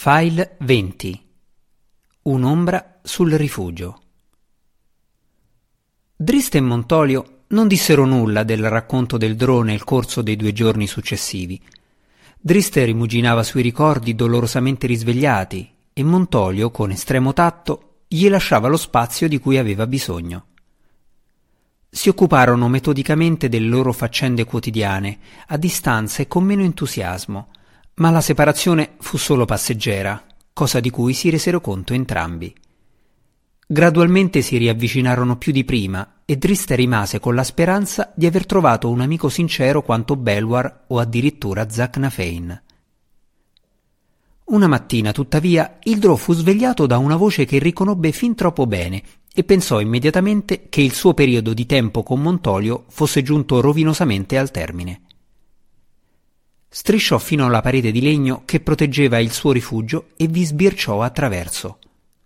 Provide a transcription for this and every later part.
File 20. Un'ombra sul rifugio. Drist e Montolio non dissero nulla del racconto del drone nel corso dei 2 giorni successivi. Drist rimuginava sui ricordi dolorosamente risvegliati e Montolio, con estremo tatto, gli lasciava lo spazio di cui aveva bisogno. Si occuparono metodicamente delle loro faccende quotidiane, a distanza e con meno entusiasmo, ma la separazione fu solo passeggera, cosa di cui si resero conto entrambi. Gradualmente si riavvicinarono più di prima e Drist rimase con la speranza di aver trovato un amico sincero quanto Belwar o addirittura Zaknafein. Una mattina, tuttavia, il Drò fu svegliato da una voce che riconobbe fin troppo bene e pensò immediatamente che il suo periodo di tempo con Montolio fosse giunto rovinosamente al termine. Strisciò fino alla parete di legno che proteggeva il suo rifugio e vi sbirciò attraverso.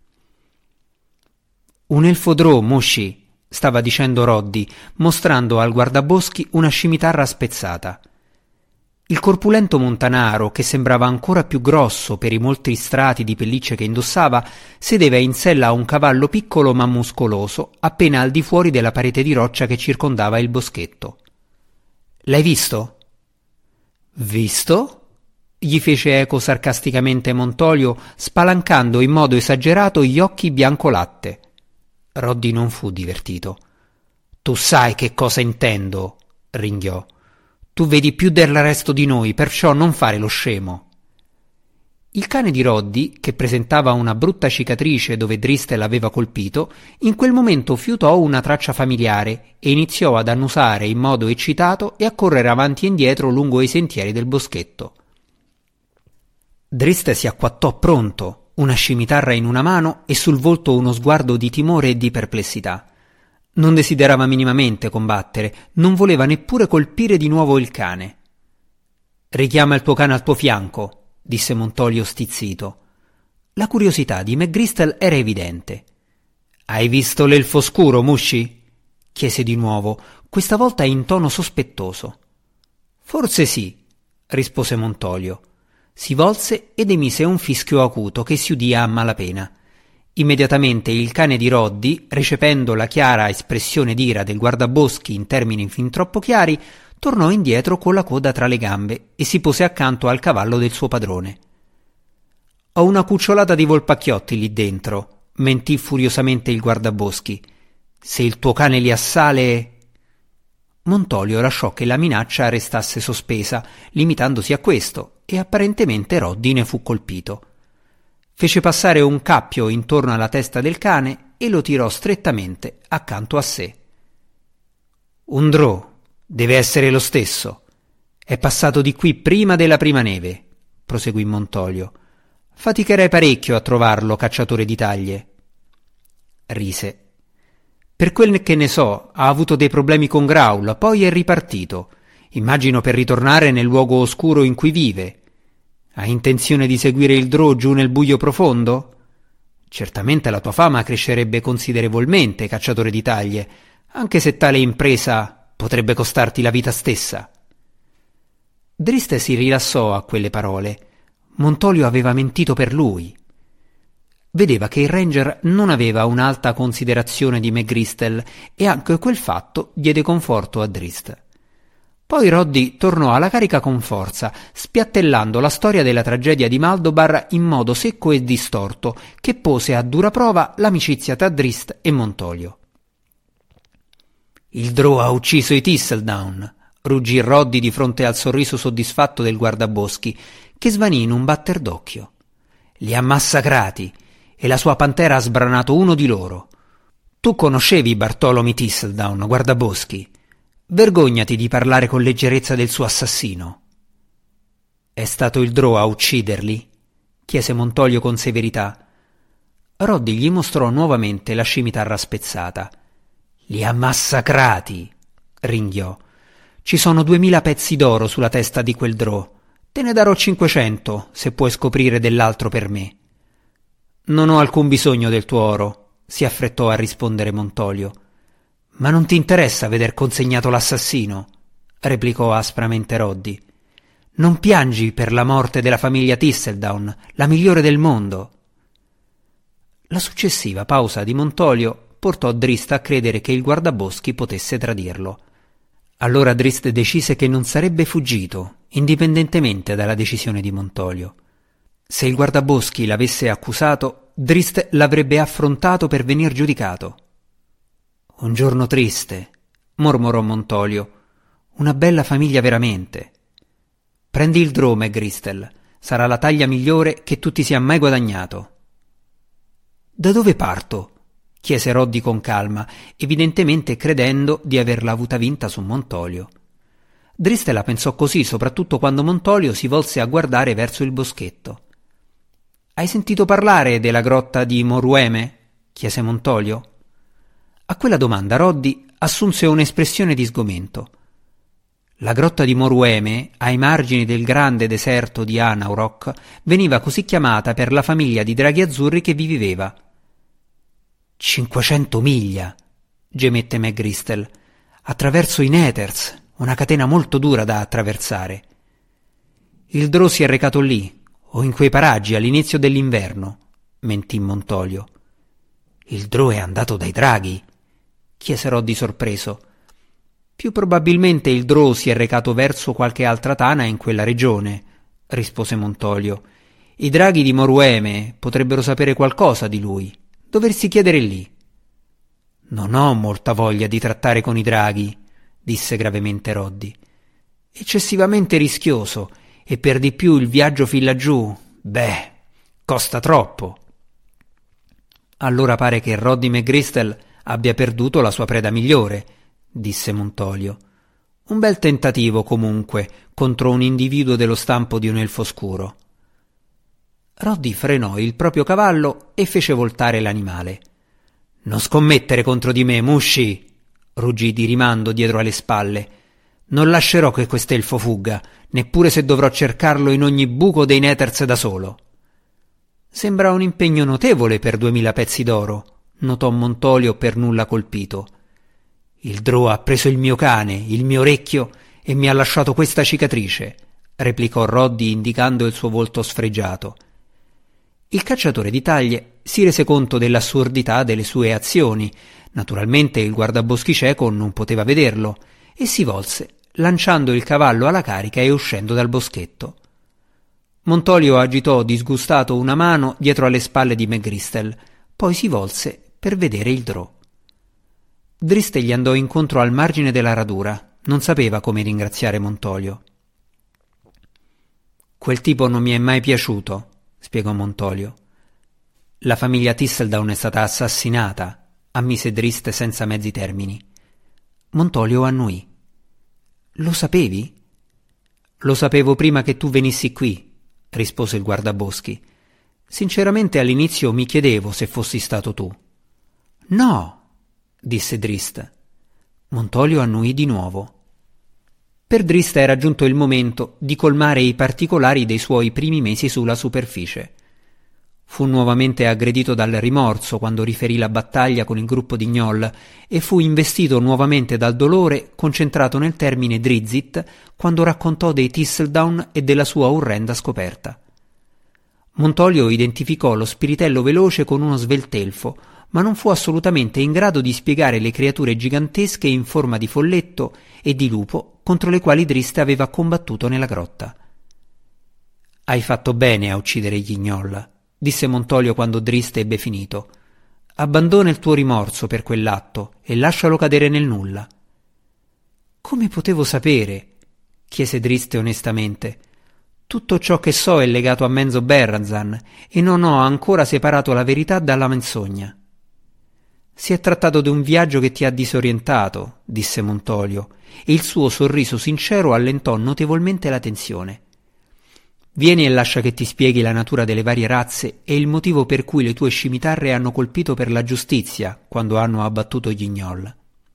«Un elfo Drò, Mushi», stava dicendo Roddy, mostrando al guardaboschi una scimitarra spezzata. Il corpulento montanaro, che sembrava ancora più grosso per i molti strati di pellicce che indossava, sedeva in sella a un cavallo piccolo ma muscoloso, appena al di fuori della parete di roccia che circondava il boschetto. «L'hai visto?» «Visto?» gli fece eco sarcasticamente Montolio, spalancando in modo esagerato gli occhi bianco latte. Roddy non fu divertito. «Tu sai che cosa intendo», ringhiò. «Tu vedi più del resto di noi, perciò non fare lo scemo». Il cane di Roddy, che presentava una brutta cicatrice dove Drist l'aveva colpito, in quel momento fiutò una traccia familiare e iniziò ad annusare in modo eccitato e a correre avanti e indietro lungo i sentieri del boschetto. Drist si acquattò pronto, una scimitarra in una mano e sul volto uno sguardo di timore e di perplessità. Non desiderava minimamente combattere, non voleva neppure colpire di nuovo il cane. «Richiama il tuo cane al tuo fianco», disse Montolio stizzito. La curiosità di McGristle era evidente. «Hai visto l'elfo scuro, Mushi?» chiese di nuovo, questa volta in tono sospettoso. «Forse sì», rispose Montolio. Si volse ed emise un fischio acuto che si udì a malapena. Immediatamente il cane di Roddy, recependo la chiara espressione d'ira del guardaboschi in termini fin troppo chiari, tornò indietro con la coda tra le gambe e si pose accanto al cavallo del suo padrone. «Ho una cucciolata di volpacchiotti lì dentro», mentì furiosamente il guardaboschi. «Se il tuo cane li assale...» Montolio lasciò che la minaccia restasse sospesa, limitandosi a questo, e apparentemente Roddy ne fu colpito. Fece passare un cappio intorno alla testa del cane e lo tirò strettamente accanto a sé. «Un Drò deve essere lo stesso. È passato di qui prima della prima neve», proseguì Montolio. «Faticherei parecchio a trovarlo, cacciatore di taglie». Rise. «Per quel che ne so, ha avuto dei problemi con Graul, poi è ripartito. Immagino per ritornare nel luogo oscuro in cui vive. Ha intenzione di seguire il Drò giù nel buio profondo? Certamente la tua fama crescerebbe considerevolmente, cacciatore di taglie, anche se tale impresa potrebbe costarti la vita stessa». Drist si rilassò a quelle parole. Montolio aveva mentito per lui. Vedeva che il ranger non aveva un'alta considerazione di McGristle e anche quel fatto diede conforto a Drist. Poi Roddy tornò alla carica con forza, spiattellando la storia della tragedia di Maldobar in modo secco e distorto, che pose a dura prova l'amicizia tra Drist e Montolio. «Il Drò ha ucciso i Thistledown», ruggì Roddy di fronte al sorriso soddisfatto del guardaboschi, che svanì in un batter d'occhio. «Li ha massacrati e la sua pantera ha sbranato uno di loro. Tu conoscevi Bartholomew Thistledown, guardaboschi? Vergognati di parlare con leggerezza del suo assassino». «È stato il Drò a ucciderli?» chiese Montolio con severità. Roddy gli mostrò nuovamente la scimitarra spezzata. «Li ha massacrati», ringhiò. «Ci sono 2000 pezzi d'oro sulla testa di quel Drò. Te ne darò 500 se puoi scoprire dell'altro per me». «Non ho alcun bisogno del tuo oro», si affrettò a rispondere Montolio. «Ma non ti interessa veder consegnato l'assassino?» replicò aspramente Roddy. Non piangi per la morte della famiglia Thistledown, la migliore del mondo. La successiva pausa di Montolio portò Drist a credere che il guardaboschi potesse tradirlo. Allora Drist decise che non sarebbe fuggito, indipendentemente dalla decisione di Montolio. Se il guardaboschi l'avesse accusato, Drist l'avrebbe affrontato per venir giudicato. Un giorno triste, mormorò Montolio. Una bella famiglia veramente. Prendi il drò, McGristel. Sarà la taglia migliore che tu ti sia mai guadagnato. Da dove parto? Chiese Roddy con calma, evidentemente credendo di averla avuta vinta su Montolio. Drist la pensò così soprattutto quando Montolio si volse a guardare verso il boschetto. Hai sentito parlare della grotta di Morueme? Chiese Montolio. A quella domanda Roddy assunse un'espressione di sgomento. La grotta di Morueme, ai margini del grande deserto di Anaurok, veniva così chiamata per la famiglia di draghi azzurri che vi viveva. 500 miglia, gemette McGristel, attraverso i Nethers, una catena molto dura da attraversare. Il drò si è recato lì, o in quei paraggi all'inizio dell'inverno, mentì Montolio. Il drò è andato dai draghi? Chiese Roddy sorpreso. Più probabilmente il drò si è recato verso qualche altra tana in quella regione, rispose Montolio. I draghi di Morueme potrebbero sapere qualcosa di lui. Doversi chiedere lì. Non ho molta voglia di trattare con i draghi, disse gravemente Roddy. Eccessivamente rischioso, e per di più il viaggio fin laggiù, costa troppo. Allora pare che Roddy McGristel abbia perduto la sua preda migliore, disse Montolio. Un bel tentativo, comunque, contro un individuo dello stampo di un elfo scuro. Roddy frenò il proprio cavallo e fece voltare l'animale. Non scommettere contro di me, Mushi! Ruggì di rimando dietro alle spalle. Non lascerò che quest'elfo fugga, neppure se dovrò cercarlo in ogni buco dei Nethers da solo. Sembra un impegno notevole per 2000 pezzi d'oro, notò Montolio per nulla colpito. Il drò ha preso il mio cane, il mio orecchio, e mi ha lasciato questa cicatrice, replicò Roddy indicando il suo volto sfregiato. Il cacciatore di taglie si rese conto dell'assurdità delle sue azioni. Naturalmente il guardaboschi cieco non poteva vederlo e si volse, lanciando il cavallo alla carica e uscendo dal boschetto. Montolio agitò disgustato una mano dietro alle spalle di McGristel, poi si volse per vedere il drò. Drist gli andò incontro al margine della radura. Non sapeva come ringraziare Montolio. Quel tipo non mi è mai piaciuto, spiegò Montolio. La famiglia Thistledown è stata assassinata, ammise Drist senza mezzi termini. Montolio annuì. Lo sapevi? Lo sapevo prima che tu venissi qui, rispose il guardaboschi. Sinceramente all'inizio mi chiedevo se fossi stato tu. No, disse Drist. Montolio annuì di nuovo. Per Drist era giunto il momento di colmare i particolari dei suoi primi mesi sulla superficie. Fu nuovamente aggredito dal rimorso quando riferì la battaglia con il gruppo di Gnoll e fu investito nuovamente dal dolore concentrato nel termine Drizzt quando raccontò dei Thistledown e della sua orrenda scoperta. Montolio identificò lo spiritello veloce con uno sveltelfo, ma non fu assolutamente in grado di spiegare le creature gigantesche in forma di folletto e di lupo contro le quali Drist aveva combattuto nella grotta. Hai fatto bene a uccidere gli Gnoll, disse Montolio quando Drist ebbe finito. Abbandona il tuo rimorso per quell'atto e lascialo cadere nel nulla. Come potevo sapere? Chiese Drist onestamente. Tutto ciò che so è legato a Menzo Berranzan e non ho ancora separato la verità dalla menzogna. Si è trattato di un viaggio che ti ha disorientato, disse Montolio, e il suo sorriso sincero allentò notevolmente la tensione. Vieni e lascia che ti spieghi la natura delle varie razze e il motivo per cui le tue scimitarre hanno colpito per la giustizia quando hanno abbattuto gli Gnoll.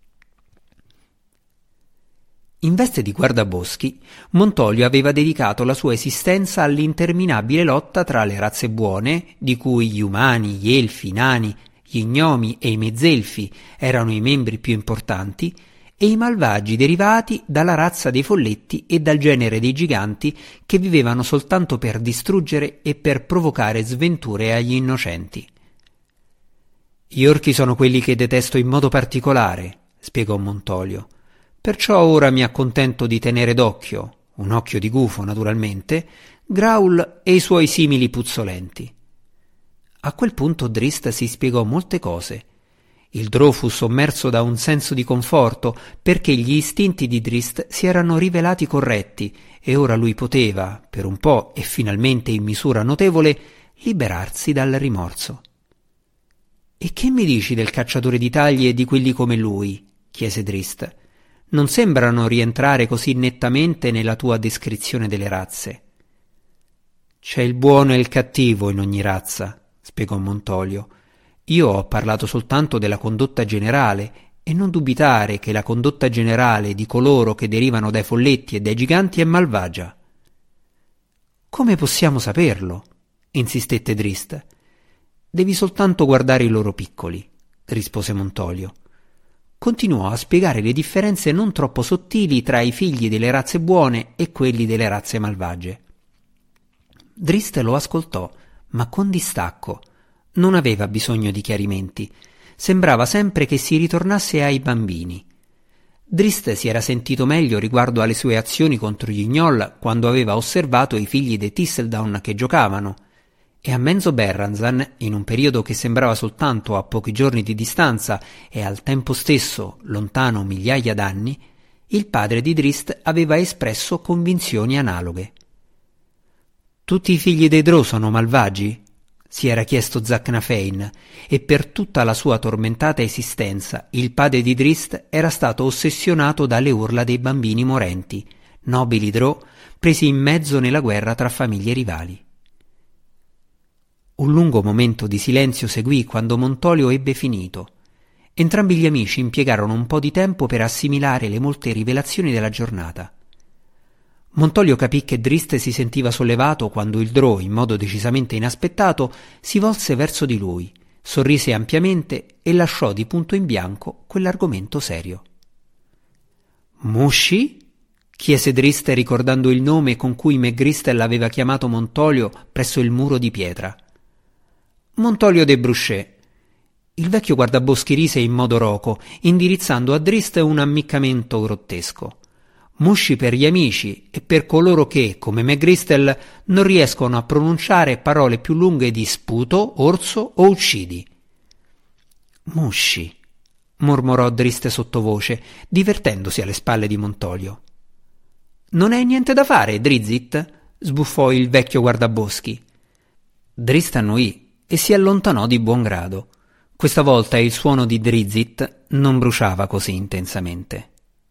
In veste di guardaboschi, Montolio aveva dedicato la sua esistenza all'interminabile lotta tra le razze buone, di cui gli umani, gli elfi, i nani, gli gnomi e i mezzelfi erano i membri più importanti, e i malvagi derivati dalla razza dei folletti e dal genere dei giganti che vivevano soltanto per distruggere e per provocare sventure agli innocenti. Gli orchi sono quelli che detesto in modo particolare, spiegò Montolio. Perciò ora mi accontento di tenere d'occhio, un occhio di gufo naturalmente, Graul e i suoi simili puzzolenti. A quel punto Drist si spiegò molte cose. Il Drò fu sommerso da un senso di conforto perché gli istinti di Drist si erano rivelati corretti e ora lui poteva, per un po' e finalmente in misura notevole, liberarsi dal rimorso. «E che mi dici del cacciatore di taglie e di quelli come lui?» chiese Drist. «Non sembrano rientrare così nettamente nella tua descrizione delle razze». «C'è il buono e il cattivo in ogni razza», spiegò Montolio. «Io ho parlato soltanto della condotta generale e non dubitare che la condotta generale di coloro che derivano dai folletti e dai giganti è malvagia». «Come possiamo saperlo?» insistette Drist. «Devi soltanto guardare i loro piccoli», rispose Montolio. Continuò a spiegare le differenze non troppo sottili tra i figli delle razze buone e quelli delle razze malvagie. Drist lo ascoltò, ma con distacco. Non aveva bisogno di chiarimenti. Sembrava sempre che si ritornasse ai bambini. Drist si era sentito meglio riguardo alle sue azioni contro gli Gnoll quando aveva osservato i figli dei Thistledown che giocavano, e a Menzoberranzan, in un periodo che sembrava soltanto a pochi giorni di distanza e al tempo stesso lontano migliaia d'anni, il padre di Drist aveva espresso convinzioni analoghe. «Tutti i figli dei Drò sono malvagi?» si era chiesto Zaknafein, e per tutta la sua tormentata esistenza il padre di Drist era stato ossessionato dalle urla dei bambini morenti, nobili Drò presi in mezzo nella guerra tra famiglie rivali. Un lungo momento di silenzio seguì quando Montolio ebbe finito. Entrambi gli amici impiegarono un po' di tempo per assimilare le molte rivelazioni della giornata. Montolio capì che Drist si sentiva sollevato quando il Drò, in modo decisamente inaspettato, si volse verso di lui, sorrise ampiamente e lasciò di punto in bianco quell'argomento serio. «Mushi?» chiese Drist ricordando il nome con cui McGristel aveva chiamato Montolio presso il muro di pietra. «Montolio de Bruchet». Il vecchio guardaboschi rise in modo roco, indirizzando a Drist un ammiccamento grottesco. «Mushi per gli amici e per coloro che, come McGristel, non riescono a pronunciare parole più lunghe di sputo, orso o uccidi». «Mushi», mormorò Drist sottovoce, divertendosi alle spalle di Montolio. «Non hai niente da fare, Drizzt?» sbuffò il vecchio guardaboschi. Drist annuì e si allontanò di buon grado. Questa volta il suono di Drizzt non bruciava così intensamente.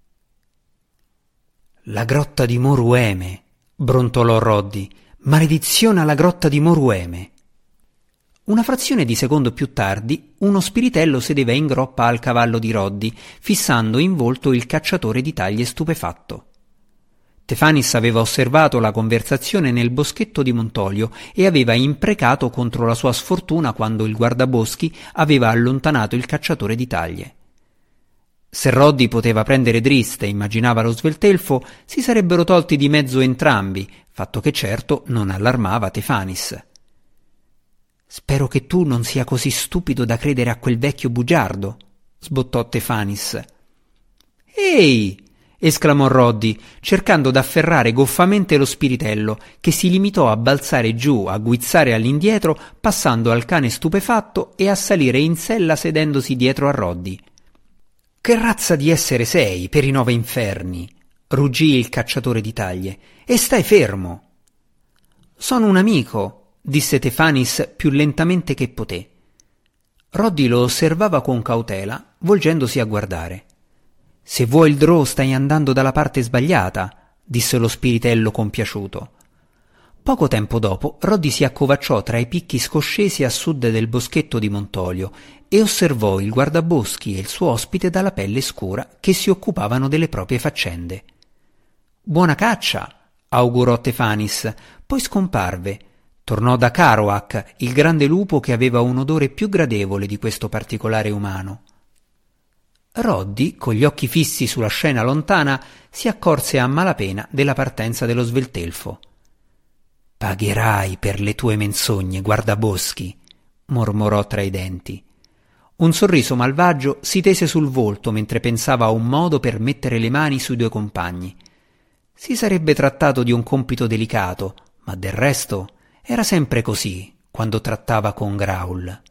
«La grotta di Morueme», brontolò Roddy. «Maledizione alla grotta di Morueme». Una frazione di secondo più tardi, uno spiritello sedeva in groppa al cavallo di Roddy, fissando in volto il cacciatore di taglie stupefatto. Tefanis aveva osservato la conversazione nel boschetto di Montolio e aveva imprecato contro la sua sfortuna quando il guardaboschi aveva allontanato il cacciatore di taglie. Se Roddy poteva prendere Drist, immaginava lo sveltelfo, si sarebbero tolti di mezzo entrambi, fatto che certo non allarmava Tefanis. «Spero che tu non sia così stupido da credere a quel vecchio bugiardo», sbottò Tefanis. «Ehi!» esclamò Roddy, cercando d'afferrare goffamente lo spiritello, che si limitò a balzare giù, a guizzare all'indietro, passando al cane stupefatto e a salire in sella sedendosi dietro a Roddy. «Che razza di essere sei, per i 9 inferni?» ruggì il cacciatore di taglie. «E stai fermo!» «Sono un amico», disse Tefanis più lentamente che poté. Roddy lo osservava con cautela, volgendosi a guardare. «Se vuoi il Drò stai andando dalla parte sbagliata», disse lo spiritello compiaciuto. Poco tempo dopo Roddy si accovacciò tra i picchi scoscesi a sud del boschetto di Montolio e osservò il guardaboschi e il suo ospite dalla pelle scura che si occupavano delle proprie faccende. «Buona caccia», augurò Tefanis, poi scomparve. Tornò da Karoak, il grande lupo che aveva un odore più gradevole di questo particolare umano. Roddy, con gli occhi fissi sulla scena lontana, si accorse a malapena della partenza dello sveltelfo. «Pagherai per le tue menzogne, guardaboschi», mormorò tra i denti. Un sorriso malvagio si tese sul volto mentre pensava a un modo per mettere le mani sui due compagni. Si sarebbe trattato di un compito delicato, ma del resto era sempre così quando trattava con Graul.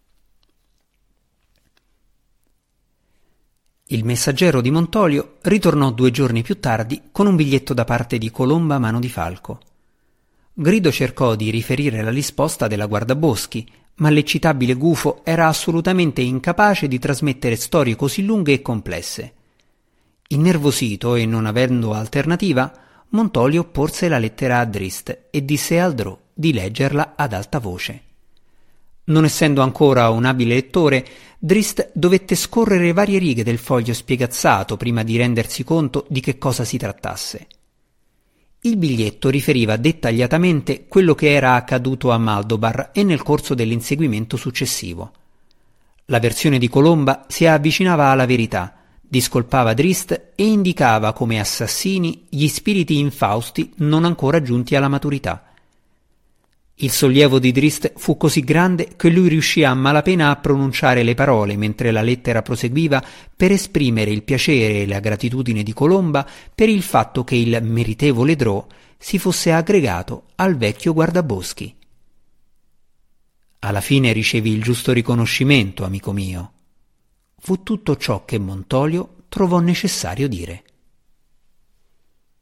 Il messaggero di Montolio ritornò 2 giorni più tardi con un biglietto da parte di Colomba Mano di Falco. Grido cercò di riferire la risposta della guardaboschi, ma l'eccitabile gufo era assolutamente incapace di trasmettere storie così lunghe e complesse. Innervosito e non avendo alternativa, Montolio porse la lettera a Drist e disse al Drò di leggerla ad alta voce. Non essendo ancora un abile lettore, Drist dovette scorrere varie righe del foglio spiegazzato prima di rendersi conto di che cosa si trattasse. Il biglietto riferiva dettagliatamente quello che era accaduto a Maldobar e nel corso dell'inseguimento successivo. La versione di Colomba si avvicinava alla verità, discolpava Drist e indicava come assassini gli spiriti infausti non ancora giunti alla maturità. Il sollievo di Drist fu così grande che lui riuscì a malapena a pronunciare le parole mentre la lettera proseguiva per esprimere il piacere e la gratitudine di Colomba per il fatto che il meritevole Drò si fosse aggregato al vecchio guardaboschi. Alla fine ricevi il giusto riconoscimento, amico mio. Fu tutto ciò che Montolio trovò necessario dire.